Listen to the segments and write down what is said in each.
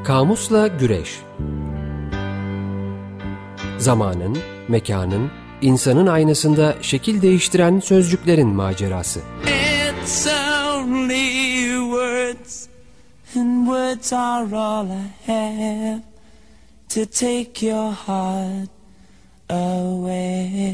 Kamusla Güreş. Zamanın, mekanın, insanın aynasında şekil değiştiren sözcüklerin macerası. It's only words, and words are all I have to take your heart away.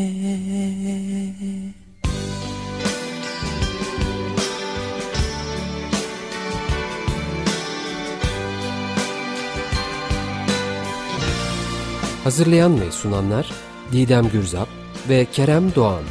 Hazırlayan ve sunanlar Didem Gürzap ve Kerem Doğan.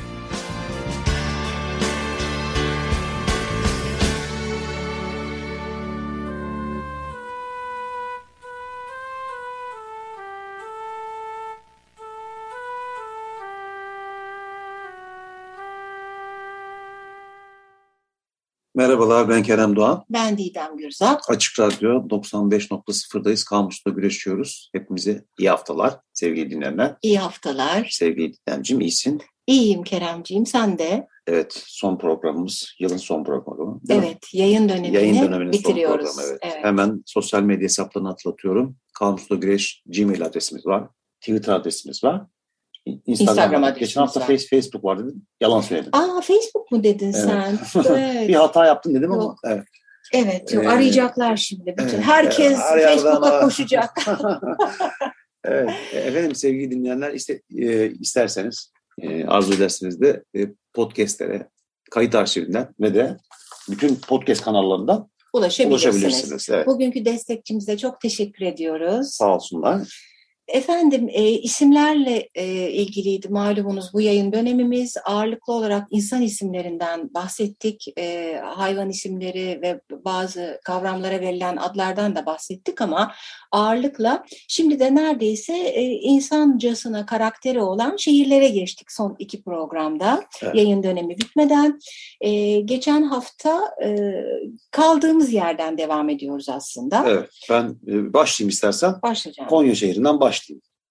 Merhabalar, ben Kerem Doğan. Ben Didem Gürzap. Açık Radyo 95.0'dayız. Kamus'ta güreşiyoruz. Hepimize iyi haftalar sevgili dinleyenler. İyi haftalar. Sevgili Didemciğim, iyisin. İyiyim Keremciğim, sen de. Evet, son programımız, yılın son programı. Evet, yayın dönemini bitiriyoruz. Son programı, evet. Hemen sosyal medya hesaplarını hatırlatıyorum. Kamus'ta güreş Gmail adresimiz var. Twitter adresimiz var. Instagram adresimiz geçen hafta var. Facebook var dedin. Yalan söyledin. Facebook mu dedin sen? Evet. Bir hata yaptın dedim ama. Evet. Evet, arayacaklar şimdi. Herkes Facebook'a koşacak. Evet, efendim sevgili dinleyenler isterseniz arzu ederseniz de podcastlere, kayıt arşivinden ve de bütün podcast kanallarından ulaşabilirsiniz. Evet. Bugünkü destekçimize çok teşekkür ediyoruz. Sağ olsunlar. Efendim isimlerle ilgiliydi malumunuz bu yayın dönemimiz. Ağırlıklı olarak insan isimlerinden bahsettik. Hayvan isimleri ve bazı kavramlara verilen adlardan da bahsettik ama ağırlıkla şimdi de neredeyse insancasına karakteri olan şehirlere geçtik son 2 programda. Evet. Yayın dönemi bitmeden. Geçen hafta kaldığımız yerden devam ediyoruz aslında. Evet, ben başlayayım istersen. Başlayacağım. Konya şehrinden başlayayım.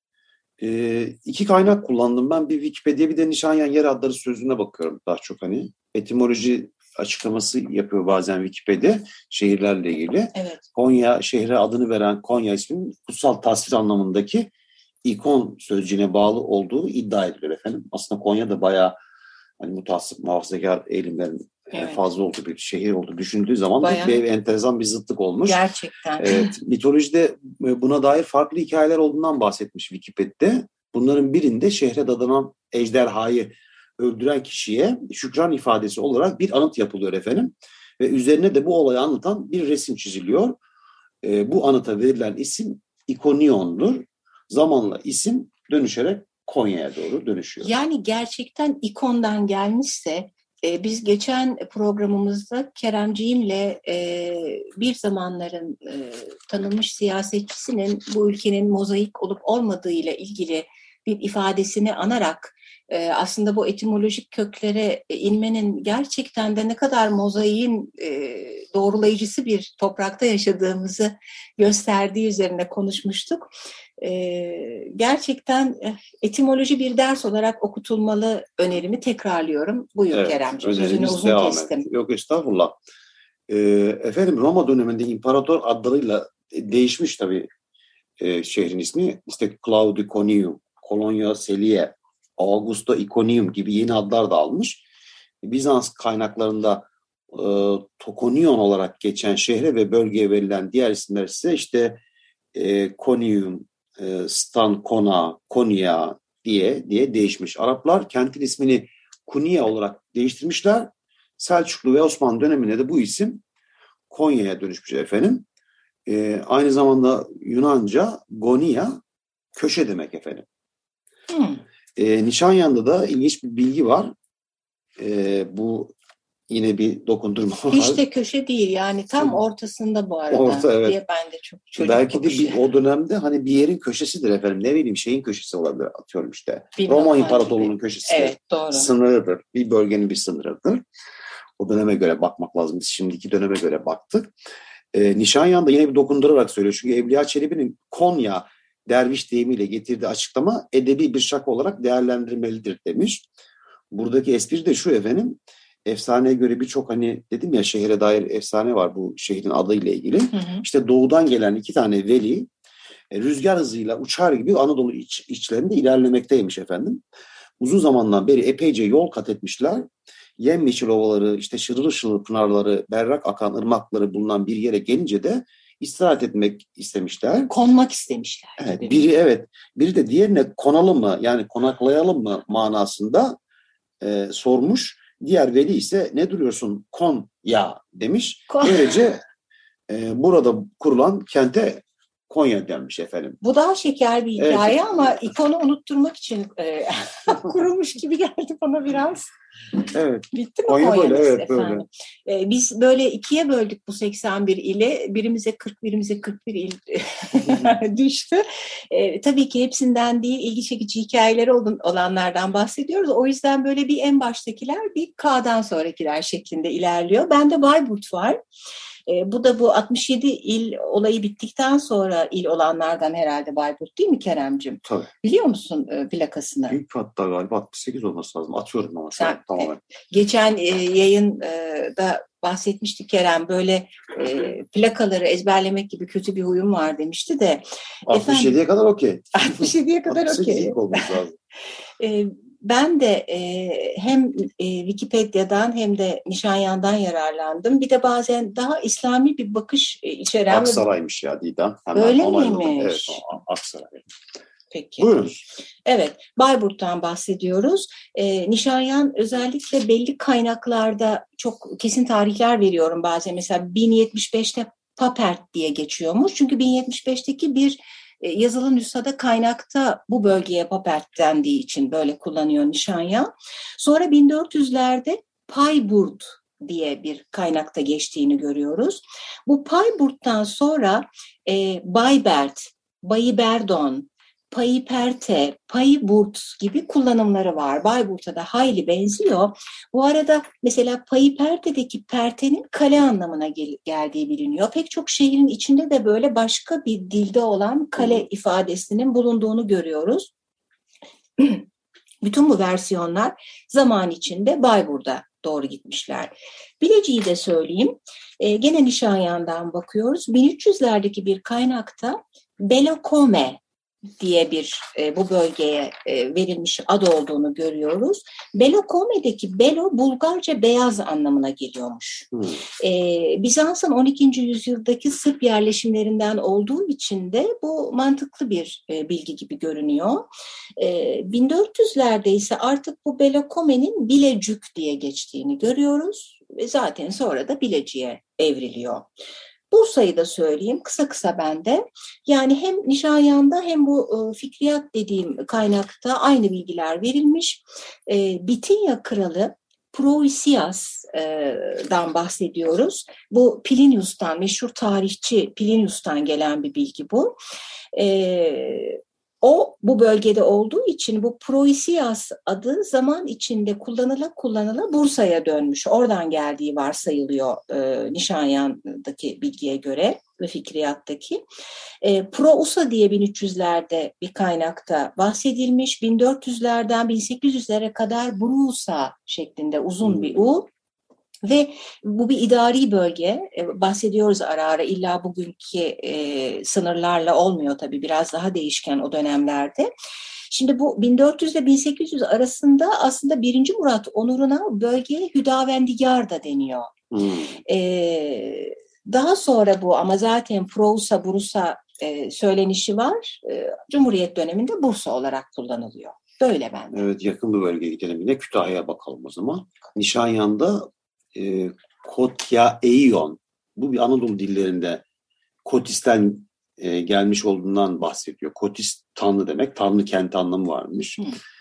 2 kaynak kullandım ben. Bir Wikipedia, bir de Nişanyan yer adları sözlüğüne bakıyorum daha çok hani. Etimoloji açıklaması yapıyor bazen Wikipedia şehirlerle ilgili. Evet. Konya şehre adını veren Konya isminin kutsal tasvir anlamındaki ikon sözcüğüne bağlı olduğu iddia ediliyor efendim. Aslında Konya da bayağı hani mutassıp muhafazakar eğilimlerin fazla olduğu bir şehir olduğu düşünüldüğü zaman da bir enteresan bir zıtlık olmuş. Gerçekten. Evet, mitolojide buna dair farklı hikayeler olduğundan bahsetmiş Wikipedia'da. Bunların birinde şehre dadanan ejderhayı öldüren kişiye şükran ifadesi olarak bir anıt yapılıyor efendim. Ve üzerine de bu olayı anlatan bir resim çiziliyor. Bu anıta verilen isim İkonion'dur. Zamanla isim dönüşerek Konya'ya doğru dönüşüyor. Yani gerçekten ikondan gelmişse biz geçen programımızda Keremciğimle bir zamanların tanınmış siyasetçisinin bu ülkenin mozaik olup olmadığı ile ilgili bir ifadesini anarak aslında bu etimolojik köklere inmenin gerçekten de ne kadar mozaiğin doğrulayıcısı bir toprakta yaşadığımızı gösterdiği üzerine konuşmuştuk. Gerçekten etimoloji bir ders olarak okutulmalı önerimi tekrarlıyorum. Buyur Keremciğim, sözünü uzun kestim. Yok estağfurullah. Efendim Roma döneminde imparator adlarıyla değişmiş tabii şehrin ismi. İşte Claudiconium, Colonia Sellie, Augusta Iconium gibi yeni adlar da almış. Bizans kaynaklarında Tokonion olarak geçen şehre ve bölgeye verilen diğer isimler ise işte Konium, Stan, Kona, Konya diye değişmiş. Araplar kentin ismini Kunya olarak değiştirmişler. Selçuklu ve Osmanlı döneminde de bu isim Konya'ya dönüşmüş efendim. Aynı zamanda Yunanca Gonia köşe demek efendim. Nişanyan'da da ilginç bir bilgi var. Bu yine bir dokundurma var. Hiç de köşe değil yani tam ortasında bu arada evet. diye ben de çok çocuk belki de o dönemde hani bir yerin köşesidir efendim. Ne bileyim şeyin köşesi olabilir atıyorum işte. Bilmiyorum, Roma İmparatorluğu'nun köşesidir. Evet, doğru. Sınırıdır. Bir bölgenin bir sınırıdır. O döneme göre bakmak lazım. Biz şimdiki döneme göre baktık. Nişanyan'da yine bir dokundurarak söylüyor. Çünkü Evliya Çelebi'nin Konya derviş deyimiyle getirdiği açıklama edebi bir şaka olarak değerlendirmelidir demiş. Buradaki espri de şu efendim. efsaneye göre birçok hani dedim ya şehre dair efsane var bu şehrin adıyla ilgili. Hı hı. İşte doğudan gelen 2 tane veli rüzgar hızıyla uçar gibi Anadolu içlerinde ilerlemekteymiş efendim. Uzun zamandan beri epeyce yol kat etmişler. Yemyeşil ovaları, işte şırıl şırıl pınarları, berrak akan ırmakları bulunan bir yere gelince de istirahat etmek istemişler. Konmak istemişler. Evet, gibi. biri de diğerine konalım mı yani konaklayalım mı manasında sormuş. Diğer veli ise ne duruyorsun kon ya demiş. Böylece burada kurulan kente Konya denmiş efendim. Bu daha şeker bir hikaye Evet. ama ikonu unutturmak için kurulmuş gibi geldi bana biraz. Evet. Bitti mi Konya Konya'mız böyle, evet, efendim? Biz böyle 2'ye böldük bu 81 ile. Birimize 40, birimize 41 il düştü. Tabii ki hepsinden değil, ilgi çekici hikayeleri olanlardan bahsediyoruz. O yüzden böyle bir en baştakiler bir K'dan sonrakiler şeklinde ilerliyor. Bende Bayburt var. Bu da bu 67 il olayı bittikten sonra il olanlardan herhalde Bayburt değil mi Keremcim? Tabii. Biliyor musun plakasını? Büyük hatta galiba 68 olması lazım. Atıyorum ama Sen, tamamen. Geçen yayında bahsetmiştik Kerem, böyle plakaları ezberlemek gibi kötü bir huyum var demişti de. 67'ye kadar okey. 67'ye kadar 68 okey. ilk olması lazım. Ben de hem Wikipedia'dan hem de Nişanyan'dan yararlandım. Bir de bazen daha İslami bir bakış içeren... Aksaray'mış ya Didem. Hemen öyle onayladım. miymiş? Evet, Aksaray. Peki. Buyurun. Evet, Bayburt'tan bahsediyoruz. Nişanyan özellikle belli kaynaklarda çok kesin tarihler veriyorum bazen. Mesela 1075'te Papert diye geçiyormuş. Çünkü 1075'teki bir yazılı nüshada kaynakta bu bölgeye Papert dendiği için böyle kullanıyor Nişanyan. Sonra 1400'lerde Payburt diye bir kaynakta geçtiğini görüyoruz. Bu Payburt'tan sonra Baybert, Bayiberdon, Payiperte, Payiburt gibi kullanımları var. Bayburt'a da hayli benziyor. Bu arada mesela Payiperte'deki pertenin kale anlamına geldiği biliniyor. Pek çok şehrin içinde de böyle başka bir dilde olan kale ifadesinin bulunduğunu görüyoruz. Bütün bu versiyonlar zaman içinde Bayburt'a doğru gitmişler. Bilecik'i de söyleyeyim. Gene Nişanyan'dan bakıyoruz. 1300'lerdeki bir kaynakta Belokome diye bir bu bölgeye verilmiş ad olduğunu görüyoruz. Belokome'deki Belo Bulgarca beyaz anlamına geliyormuş. Bizans'ın 12. yüzyıldaki Sırp yerleşimlerinden olduğu için de bu mantıklı bir bilgi gibi görünüyor. 1400'lerde ise artık bu Belokome'nin Bilecük diye geçtiğini görüyoruz ve zaten sonra da Bilecik'e evriliyor. Bursa'yı da söyleyeyim kısa kısa ben de. Yani hem Nişanyan'da hem bu fikriyat dediğim kaynakta aynı bilgiler verilmiş. Bitinya kralı Proisias'dan bahsediyoruz. Bu Plinius'tan, meşhur tarihçi Plinius'tan gelen bir bilgi bu. O bu bölgede olduğu için bu Proisias adı zaman içinde kullanıla Bursa'ya dönmüş. Oradan geldiği varsayılıyor Nişanyan'daki bilgiye göre ve fikriyattaki. Prousa diye 1300'lerde bir kaynakta bahsedilmiş. 1400'lerden 1800'lere kadar Brusa şeklinde uzun bir U. Ve bu bir idari bölge, bahsediyoruz ara ara, illa bugünkü sınırlarla olmuyor tabii, biraz daha değişken o dönemlerde. Şimdi bu 1400 ile 1800 arasında aslında 1. Murat onuruna bölgeye Hüdavendigar da deniyor. Daha sonra bu ama zaten Prousa, Bursa söylenişi var. Cumhuriyet döneminde Bursa olarak kullanılıyor. Böyle bende. Evet, yakın bir bölgeye gidelim yine. Kütahya'ya bakalım o zaman. Nişanyan'da Kotya-Eion, bu bir Anadolu dillerinde Kotis'ten gelmiş olduğundan bahsediyor. Kotis tanrı demek, tanrı kenti anlamı varmış.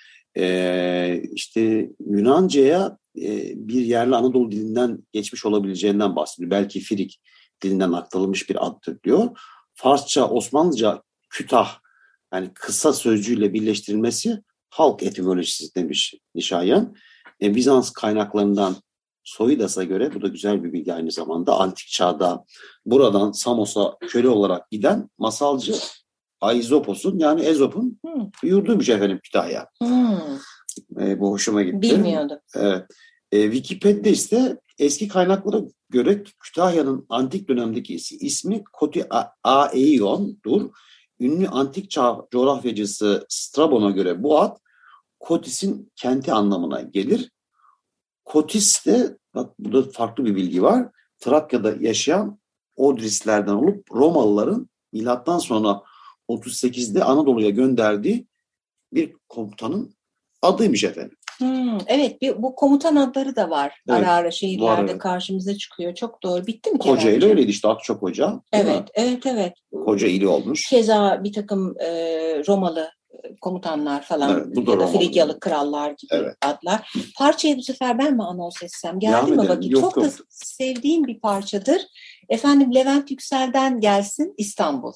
İşte Yunanca'ya bir yerli Anadolu dilinden geçmiş olabileceğinden bahsediyor. Belki Firik dilinden aktarılmış bir addır diyor. Farsça, Osmanlıca kütah, yani kısa sözcüğüyle birleştirilmesi halk etimolojisi demiş Nişanyan. Bizans kaynaklarından Soyidas'a göre, bu da güzel bir bilgi aynı zamanda, antik çağda buradan Samos'a köle olarak giden masalcı Aizopos'un, yani Ezop'un yurduymuş efendim Kütahya. Bu hoşuma gitti. Bilmiyordum. Evet. Wikipedia ise eski kaynaklara göre Kütahya'nın antik dönemdeki ismi Koti Aeion'dur. Ünlü antik çağ coğrafyacısı Strabon'a göre bu ad Kotis'in kenti anlamına gelir. Kotis de, bak burada farklı bir bilgi var, Trakya'da yaşayan Odrislerden olup Romalıların milattan sonra 38'de Anadolu'ya gönderdiği bir komutanın adıymış efendim. Evet, bu komutan adları da var. Evet, Ara ara şehirlerde var, evet. Karşımıza çıkıyor. Çok doğru. Bitti mi Kocaeli Keremciğim? öyleydi işte, Akçakoca. Evet. Kocaeli olmuş. Keza bir takım Romalı komutanlar falan, Evet, bu da ya da Romalı. Frigyalı krallar gibi Evet. adlar. Parçayı bu sefer ben mi anons etsem? Geldi Devam mi edelim. vakit? Yok, Çok da yok. sevdiğim bir parçadır. Efendim, Levent Yüksel'den gelsin İstanbul.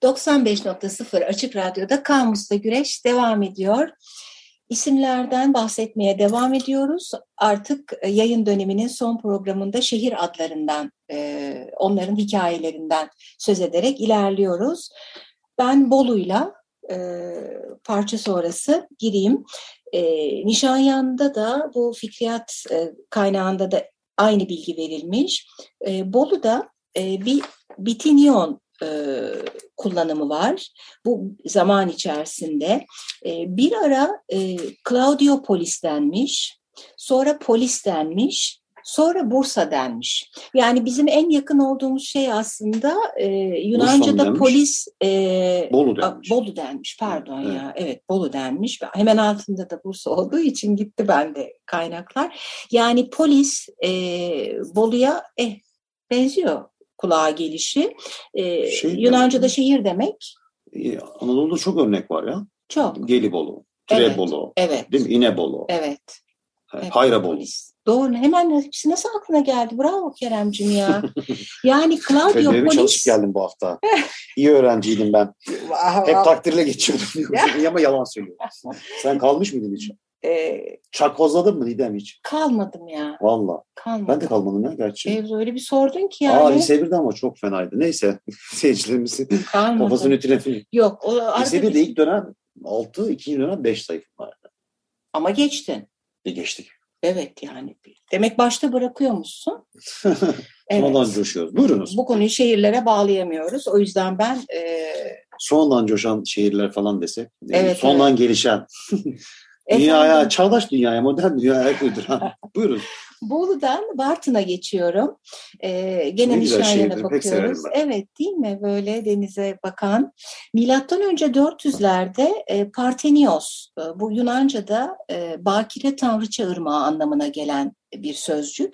95.0 Açık Radyo'da Kamus'ta Güreş devam ediyor. İsimlerden bahsetmeye devam ediyoruz. Artık yayın döneminin son programında şehir adlarından, onların hikayelerinden söz ederek ilerliyoruz. Ben Bolu'yla parça sonrası gireyim. Nişanyan'da da bu fikriyat kaynağında da aynı bilgi verilmiş. Bolu'da bir bitinyon kullanımı var. Bu zaman içerisinde bir ara Claudiopolis denmiş, sonra Polis denmiş, sonra Bursa denmiş. Yani bizim en yakın olduğumuz şey aslında Yunanca'da polis, Bolu denmiş. Pardon evet. ya, evet, Bolu denmiş. Hemen altında da Bursa olduğu için gitti bende kaynaklar. Yani polis Bolu'ya benziyor kulağa gelişi. Yunanca'da şehir demek. Anadolu'da çok örnek var ya. Çok. Gelibolu, Tirebolu, evet. Değil mi? İnebolu. Evet. Hayrabolu. Doğru. Hemen hepsi nasıl aklına geldi? Bravo Keremcim ya. Yani Claudiopolis. Ödevime çalışıp geldim bu hafta. İyi öğrenciydim ben. Hep takdirle geçiyordum. Ama yalan söylüyorum. Sen kalmış mıydın hiç? Çakozladın mı Didem hiç? Kalmadım ya. Valla. Kalmadım. Ben de kalmadım ya gerçi. Öyle bir sordun ki yani. Lise 1'de ama çok fenaydı. Neyse. Seyircilerimizin kafasını ütületin. Yok. Lise 1'de ilk dönem 6, ikinci dönem 5 sayfım vardı. Ama geçtin. Geçtik. Evet yani. Demek başta bırakıyormuşsun. Sonradan coşuyoruz. Buyurunuz. Bu konuyu şehirlere bağlayamıyoruz. O yüzden ben... Sonradan coşan şehirler falan desek. Evet, sonradan gelişen. Dünyaya, çağdaş dünyaya, modern dünyaya uyduran. Buyurun. Bolu'dan Bartın'a geçiyorum. Gene Nişanyan'a bakıyoruz. Evet, değil mi? Böyle denize bakan. Milattan önce 400'lerde Partenios, bu Yunanca'da bakire tanrıça ırmağı anlamına gelen bir sözcük.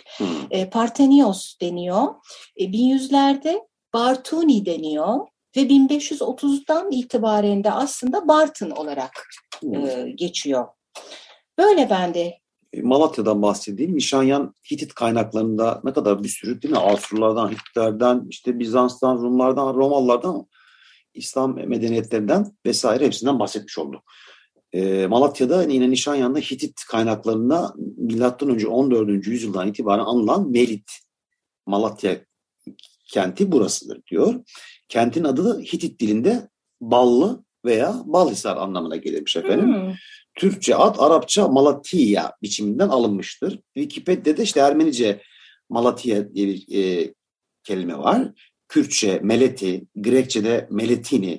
Partenios deniyor. 1100'lerde Bartuni deniyor. Ve 1530'dan itibaren de aslında Bartın olarak geçiyor. Böyle ben de. Malatya'dan bahsedeyim. Nişanyan Hitit kaynaklarında ne kadar bir sürü, değil mi? Asurlardan, Hititlerden, işte Bizans'tan, Rumlardan, Romalılardan, İslam medeniyetlerinden vesaire hepsinden bahsetmiş oldu. Malatya'da yine Nişanyan'da Hitit kaynaklarında milattan önce 14. yüzyıldan itibaren anılan Melit, Malatya kenti burasıdır diyor. Kentin adı da Hitit dilinde Ballı veya Balhisar anlamına gelirmiş efendim. Türkçe ad Arapça Malatya biçiminden alınmıştır. Wikipedia'da işte Ermenice Malatya diye bir kelime var. Kürtçe Meleti, Grekçe'de Meletini,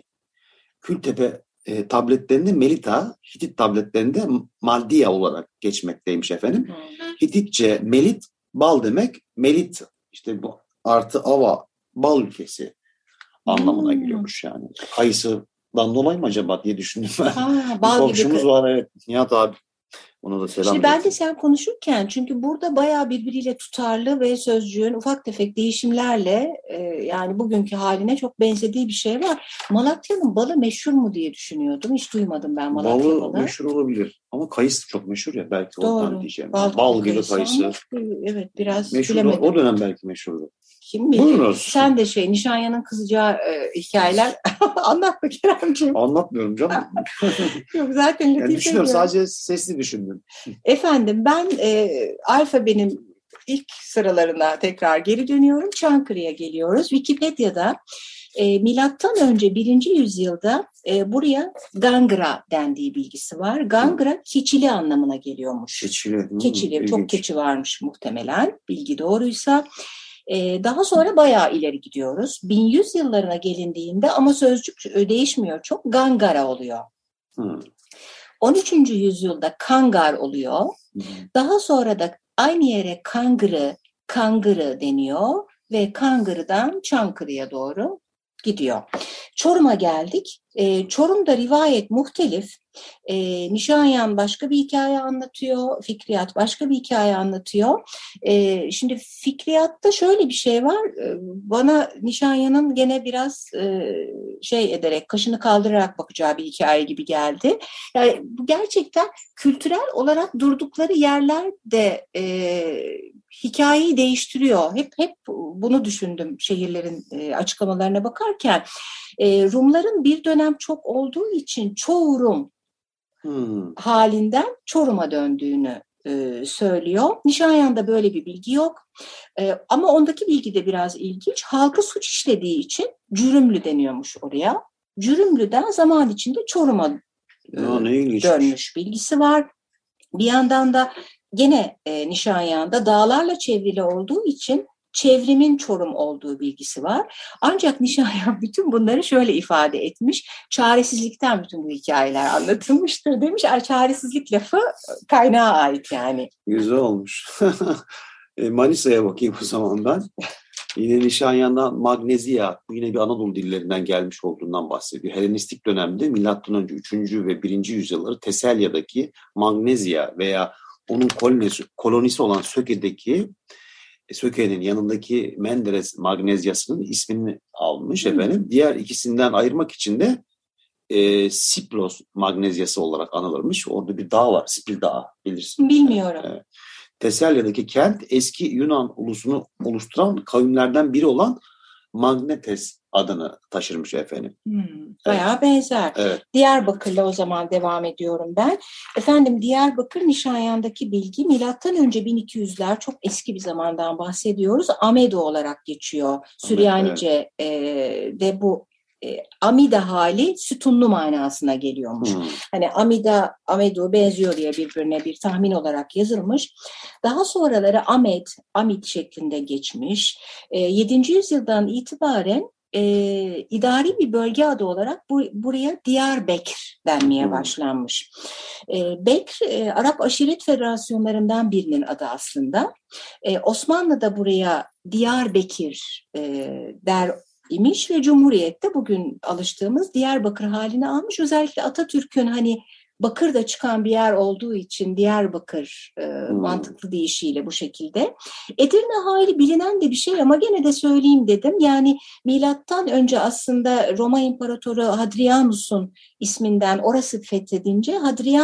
Kültepe tabletlerinde Melita, Hitit tabletlerinde Maldiya olarak geçmekteymiş efendim. Hititçe Melit, bal demek. Melit işte bu artı ava, bal ülkesi anlamına geliyormuş yani. Kayısıdan dolayı mı acaba diye düşündüm ben. Bir komşumuz var, evet. Nihat abi. Ona da selam. Şimdi ben de sen konuşurken, çünkü burada bayağı birbiriyle tutarlı ve sözcüğün ufak tefek değişimlerle yani bugünkü haline çok benzediği bir şey var. Malatya'nın balı meşhur mu diye düşünüyordum. Hiç duymadım ben Malatya balı. Meşhur olabilir. Ama kayısı çok meşhur ya. Belki ondan diyeceğim. Bal gibi kayısı. Evet, biraz meşhur. Bilemedim. O dönem belki meşhurdu. Kim bilir? Buyurunuz. Sen de Nişanyan'ın kızacağı hikayeler anlatma Keremciğim. Anlatmıyorum canım. Yok, zaten yani düşünüyorum, sadece sesli düşündüm. Efendim, ben alfabenin ilk sıralarına tekrar geri dönüyorum. Çankırı'ya geliyoruz. Wikipedia'da Milattan önce 1. yüzyılda buraya Gangra dendiği bilgisi var. Gangra keçili anlamına geliyormuş. Keçili, çok keçi varmış muhtemelen, bilgi doğruysa. Daha sonra bayağı ileri gidiyoruz. 1100 yıllarına gelindiğinde ama sözcük değişmiyor çok. Gangara oluyor. 13. yüzyılda Kangar oluyor. Daha sonra da aynı yere Kangırı deniyor ve Kangırı'dan Çankırı'ya doğru gidiyor. Çorum'a geldik. Çorum'da rivayet muhtelif. Nişanyan başka bir hikaye anlatıyor. Fikriyat başka bir hikaye anlatıyor. Şimdi Fikriyat'ta şöyle bir şey var. Bana Nişanyan'ın gene biraz ederek, kaşını kaldırarak bakacağı bir hikaye gibi geldi. Yani bu gerçekten kültürel olarak durdukları yerler de hikayeyi değiştiriyor. Hep bunu düşündüm şehirlerin açıklamalarına bakarken. Rumların bir dönem çok olduğu için çoğu Rum halinden Çorum'a döndüğünü söylüyor. Nişanyan'da böyle bir bilgi yok. Ama ondaki bilgi de biraz ilginç. Halkı suç işlediği için Cürümlü deniyormuş oraya. Cürümlü'den zaman içinde Çorum'a dönmüş bilgisi var. Bir yandan da gene Nişanyan'da dağlarla çevrili olduğu için çevrimin Çorum olduğu bilgisi var. Ancak Nişanyan bütün bunları şöyle ifade etmiş. Çaresizlikten bütün bu hikayeler anlatılmıştır demiş. Çaresizlik lafı kaynağa ait yani. Güzel olmuş. Manisa'ya bakayım o zaman ben. Yine Nişanyan'dan Magnezya, bu yine bir Anadolu dillerinden gelmiş olduğundan bahsediyor. Helenistik dönemde M.Ö. 3. ve 1. yüzyılları Teselya'daki Magnezya veya onun kolonisi olan Söke'nin yanındaki Menderes Magnezyası'nın ismini almış efendim. Diğer ikisinden ayırmak için de Sipros Magnezyası olarak anılırmış. Orada bir dağ var, Spil Dağı, bilirsin. Bilmiyorum. Teselya'daki kent eski Yunan ulusunu oluşturan kavimlerden biri olan Magnetes adını taşırmış efendim. Bayağı benzer. Evet. Diyarbakır'la o zaman devam ediyorum ben. Efendim Diyarbakır Nişanyan'daki bilgi milattan önce 1200'ler, çok eski bir zamandan bahsediyoruz. Amedo olarak geçiyor. Süryanice de bu Amida hali sütunlu manasına geliyormuş. Hani Amida, Amedu benziyor diye birbirine bir tahmin olarak yazılmış. Daha sonraları Amit şeklinde geçmiş. 7. yüzyıldan itibaren idari bir bölge adı olarak buraya Diyarbekir denmeye başlanmış. Bekir, Arap Aşiret Federasyonlarından birinin adı aslında. Osmanlı'da buraya Diyarbekir der imiş ve Cumhuriyet'te bugün alıştığımız Diyarbakır halini almış. Özellikle Atatürk'ün hani Bakır'da çıkan bir yer olduğu için Diyarbakır mantıklı deyişiyle bu şekilde. Edirne hali bilinen de bir şey ama gene de söyleyeyim dedim. Yani milattan önce aslında Roma İmparatoru Hadrianus'un isminden orası fethedince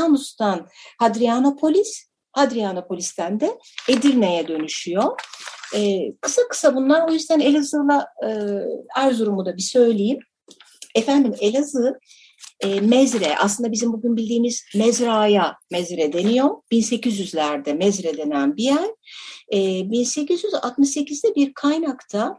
Hadrianopolis'ten de Edirne'ye dönüşüyor. Kısa kısa bunlar, o yüzden Elazığ'la Erzurum'u da bir söyleyeyim. Efendim Elazığ Mezre, aslında bizim bugün bildiğimiz Mezra'ya Mezre deniyor. 1800'lerde Mezre denen bir yer. 1868'de bir kaynakta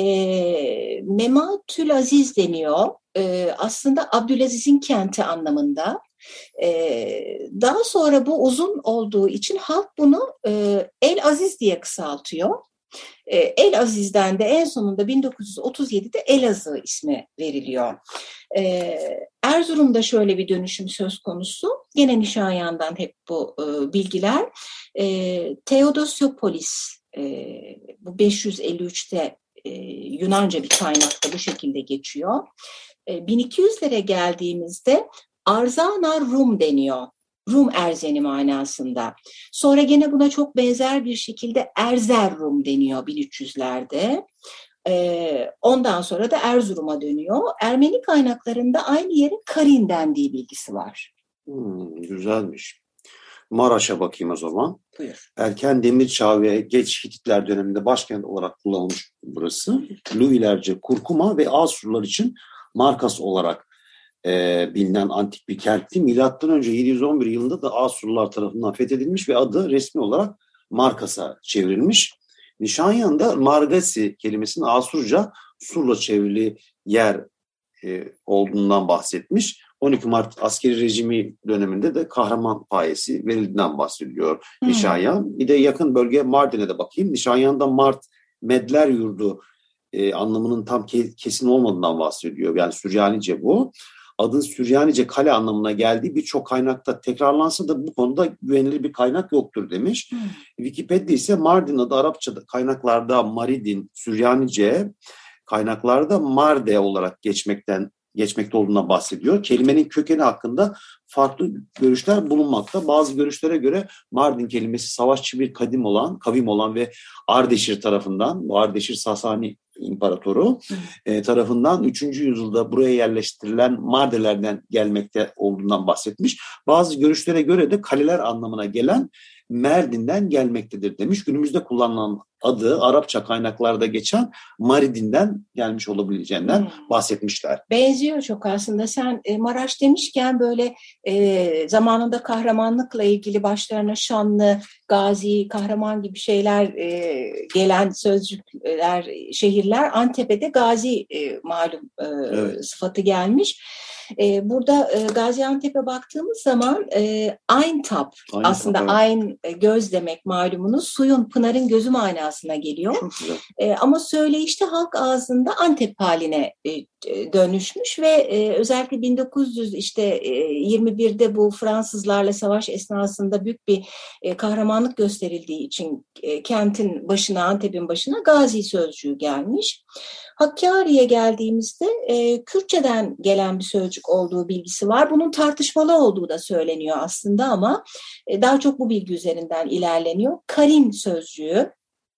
Mematülaziz deniyor. Aslında Abdülaziz'in kenti anlamında. Daha sonra bu uzun olduğu için halk bunu El Aziz diye kısaltıyor. El Aziz'den de en sonunda 1937'de Elazığ ismi veriliyor. Erzurum'da şöyle bir dönüşüm söz konusu. Gene Nişanyan'dan hep bu bilgiler. Theodosiopolis, bu 553'te Yunanca bir kaynakta bu şekilde geçiyor. 1200'lere geldiğimizde Arzanar Rum deniyor. Rum erzeni manasında. Sonra gene buna çok benzer bir şekilde Erzurum deniyor 1300'lerde. Ondan sonra da Erzurum'a dönüyor. Ermeni kaynaklarında aynı yere Karin dendiği bilgisi var. Güzelmiş. Maraş'a bakayım o zaman. Buyur. Erken Demir Çağı ve geç Hititler döneminde başkent olarak kullanılmış burası. Luvilerce Kurkuma ve Asurlar için Markas olarak bilinen antik bir kentti. Milattan önce 711 yılında da Asurlular tarafından fethedilmiş ve adı resmi olarak Markas'a çevrilmiş. Nişanyan'da Margasi kelimesinin Asurca Sur'la çevrili yer olduğundan bahsetmiş. 12 Mart askeri rejimi döneminde de kahraman payesi verildiğinden bahsediyor Nişanyan. Bir de yakın bölge Mardin'e de bakayım. Nişanyan'da Mart Medler Yurdu anlamının tam kesin olmadığından bahsediyor. Yani Süryanice bu. Adın Süryanice kale anlamına geldiği birçok kaynakta tekrarlansa da bu konuda güvenilir bir kaynak yoktur demiş. Wikipedia ise Mardin adı Arapça kaynaklarda Maridin, Süryanice kaynaklarda Marde olarak geçmekte olduğundan bahsediyor. Kelimenin kökeni hakkında farklı görüşler bulunmakta. Bazı görüşlere göre Mardin kelimesi savaşçı bir kavim olan ve Ardeşir tarafından, bu Ardeşir Sasani İmparatoru tarafından 3. yüzyılda buraya yerleştirilen Mardelerden gelmekte olduğundan bahsetmiş. Bazı görüşlere göre de kaleler anlamına gelen Merdin'den gelmektedir demiş. Günümüzde kullanılan adı Arapça kaynaklarda geçen Maridin'den gelmiş olabileceğinden bahsetmişler. Benziyor çok aslında. Sen Maraş demişken böyle zamanında kahramanlıkla ilgili başlarına şanlı, gazi, kahraman gibi şeyler gelen sözcükler, şehirler. Antep'e de gazi malum sıfatı gelmiş. Burada Gaziantep'e baktığımız zaman Ayntap aslında Ayn göz demek malumunuz. Suyun, pınarın gözü manasına geliyor. Ama söyleyişte halk ağzında Antep haline dönüşmüş ve özellikle 1921'de bu Fransızlarla savaş esnasında büyük bir kahramanlık gösterildiği için kentin başına, Antep'in başına gazi sözcüğü gelmiş. Hakkari'ye geldiğimizde Kürtçeden gelen bir sözcük olduğu bilgisi var. Bunun tartışmalı olduğu da söyleniyor aslında ama daha çok bu bilgi üzerinden ilerleniyor. Karin sözcüğü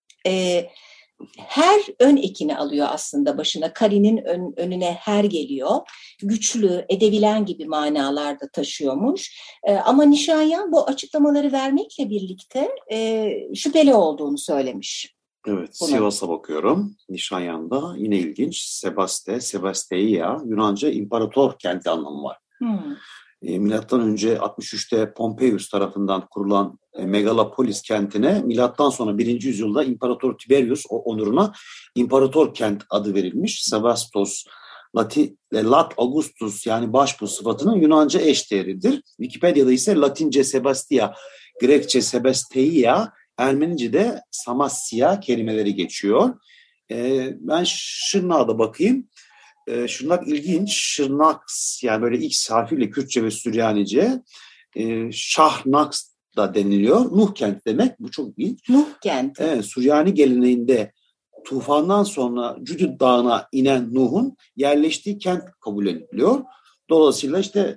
her ön ekini alıyor aslında başına. Karinin önüne her geliyor. Güçlü, edebilen gibi manalarda taşıyormuş. Ama Nişanyan bu açıklamaları vermekle birlikte şüpheli olduğunu söylemiş. Evet, Sivas'a bakıyorum. Nişanyan'da yine ilginç. Sebasteia, Yunanca imparator kenti anlamı var. Milattan önce 63'te Pompeius tarafından kurulan Megalopolis kentine milattan sonra 1. yüzyılda İmparator Tiberius onuruna imparator kent adı verilmiş. Sebastos, Lat Augustus yani başbuğ sıfatının Yunanca eşdeğeridir. Wikipedia'da ise Latince Sebastia, Grekçe Sebasteia, Ermenice'de Samasya kelimeleri geçiyor. Ben Şırnak'a da bakayım. Şırnak ilginç. Şırnaks yani böyle X harfiyle Kürtçe ve Süryanice. Şahnaks da deniliyor. Nuh kent demek. Bu çok ilginç. Nuh kent. Evet, Süryani geleneğinde tufandan sonra Cüdüd Dağı'na inen Nuh'un yerleştiği kent kabul ediliyor. Dolayısıyla işte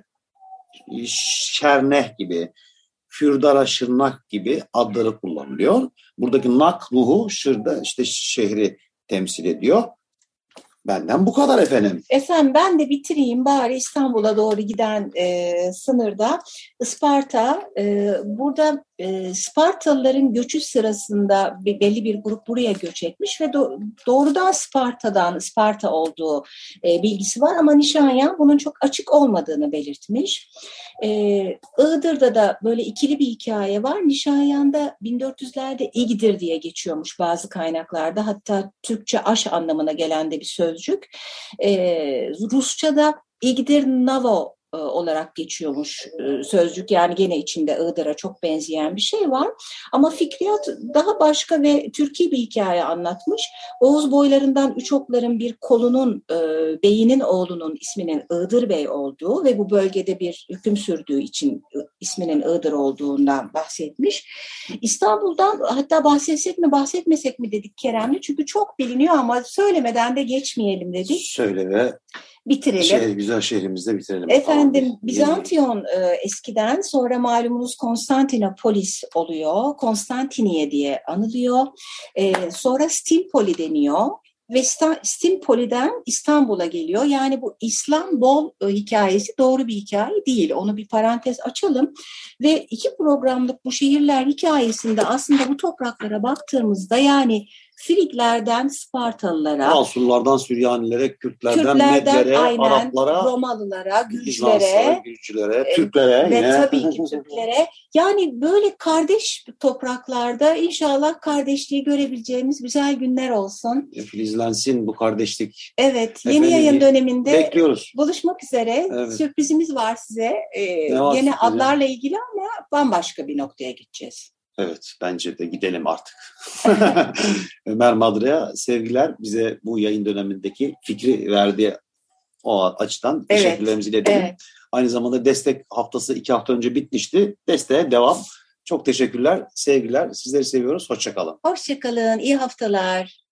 Şerneh gibi, Kürdara, Şırnak gibi adları kullanılıyor. Buradaki Nak, Nuh'u Şır'da işte şehri temsil ediyor. Benden bu kadar efendim. Efendim ben de bitireyim bari İstanbul'a doğru giden sınırda Isparta. Burada Spartalıların göçü sırasında belli bir grup buraya göç etmiş ve doğrudan Sparta olduğu bilgisi var ama Nişanyan bunun çok açık olmadığını belirtmiş. Iğdır'da da böyle ikili bir hikaye var. Nişanyan'da 1400'lerde İgdir diye geçiyormuş bazı kaynaklarda. Hatta Türkçe aş anlamına gelen de bir sözcük. Rusça'da İgdir Navo olarak geçiyormuş sözcük. Yani gene içinde Iğdır'a çok benzeyen bir şey var. Ama fikriyat daha başka ve Türki bir hikaye anlatmış. Oğuz boylarından üç okların bir kolunun beyinin oğlunun isminin Iğdır Bey olduğu ve bu bölgede bir hüküm sürdüğü için isminin Iğdır olduğundan bahsetmiş. İstanbul'dan hatta bahsetsek mi bahsetmesek mi dedik Kerem'le. Çünkü çok biliniyor ama söylemeden de geçmeyelim dedik. Söyle ve bitirelim. Güzel şehrimizde bitirelim. Efendim Bizantiyon eskiden sonra malumunuz Konstantinopolis oluyor. Konstantiniye diye anılıyor. Sonra Stimpoli deniyor. Ve Stimpoli'den İstanbul'a geliyor. Yani bu İstanbul hikayesi doğru bir hikaye değil. Onu bir parantez açalım. Ve 2 programlık bu şehirler hikayesinde aslında bu topraklara baktığımızda yani Friglerden Spartalılara, Asurlardan Süryanilere, Kürtlerden Türklerden Medlere, aynen Araplara, Romalılara, Bizanslara, Gürcülere Gürcülere, Türklere ve yine. tabii ki Türklere. Yani böyle kardeş topraklarda inşallah kardeşliği görebileceğimiz güzel günler olsun. Filizlensin bu kardeşlik. Evet, yeni Efendim, yayın döneminde bekliyoruz. buluşmak üzere. Evet. Sürprizimiz var size. Ne var Gene sürprizi? adlarla ilgili ama bambaşka bir noktaya gideceğiz. Evet, bence de gidelim artık. Ömer Madra'ya sevgiler. Bize bu yayın dönemindeki fikri verdiği o açıdan teşekkürlerimizi iletelim. Evet. Aynı zamanda destek haftası 2 hafta önce bitmişti. Desteğe devam. Çok teşekkürler, sevgiler. Sizleri seviyoruz. Hoşça kalın. Hoşça kalın, iyi haftalar.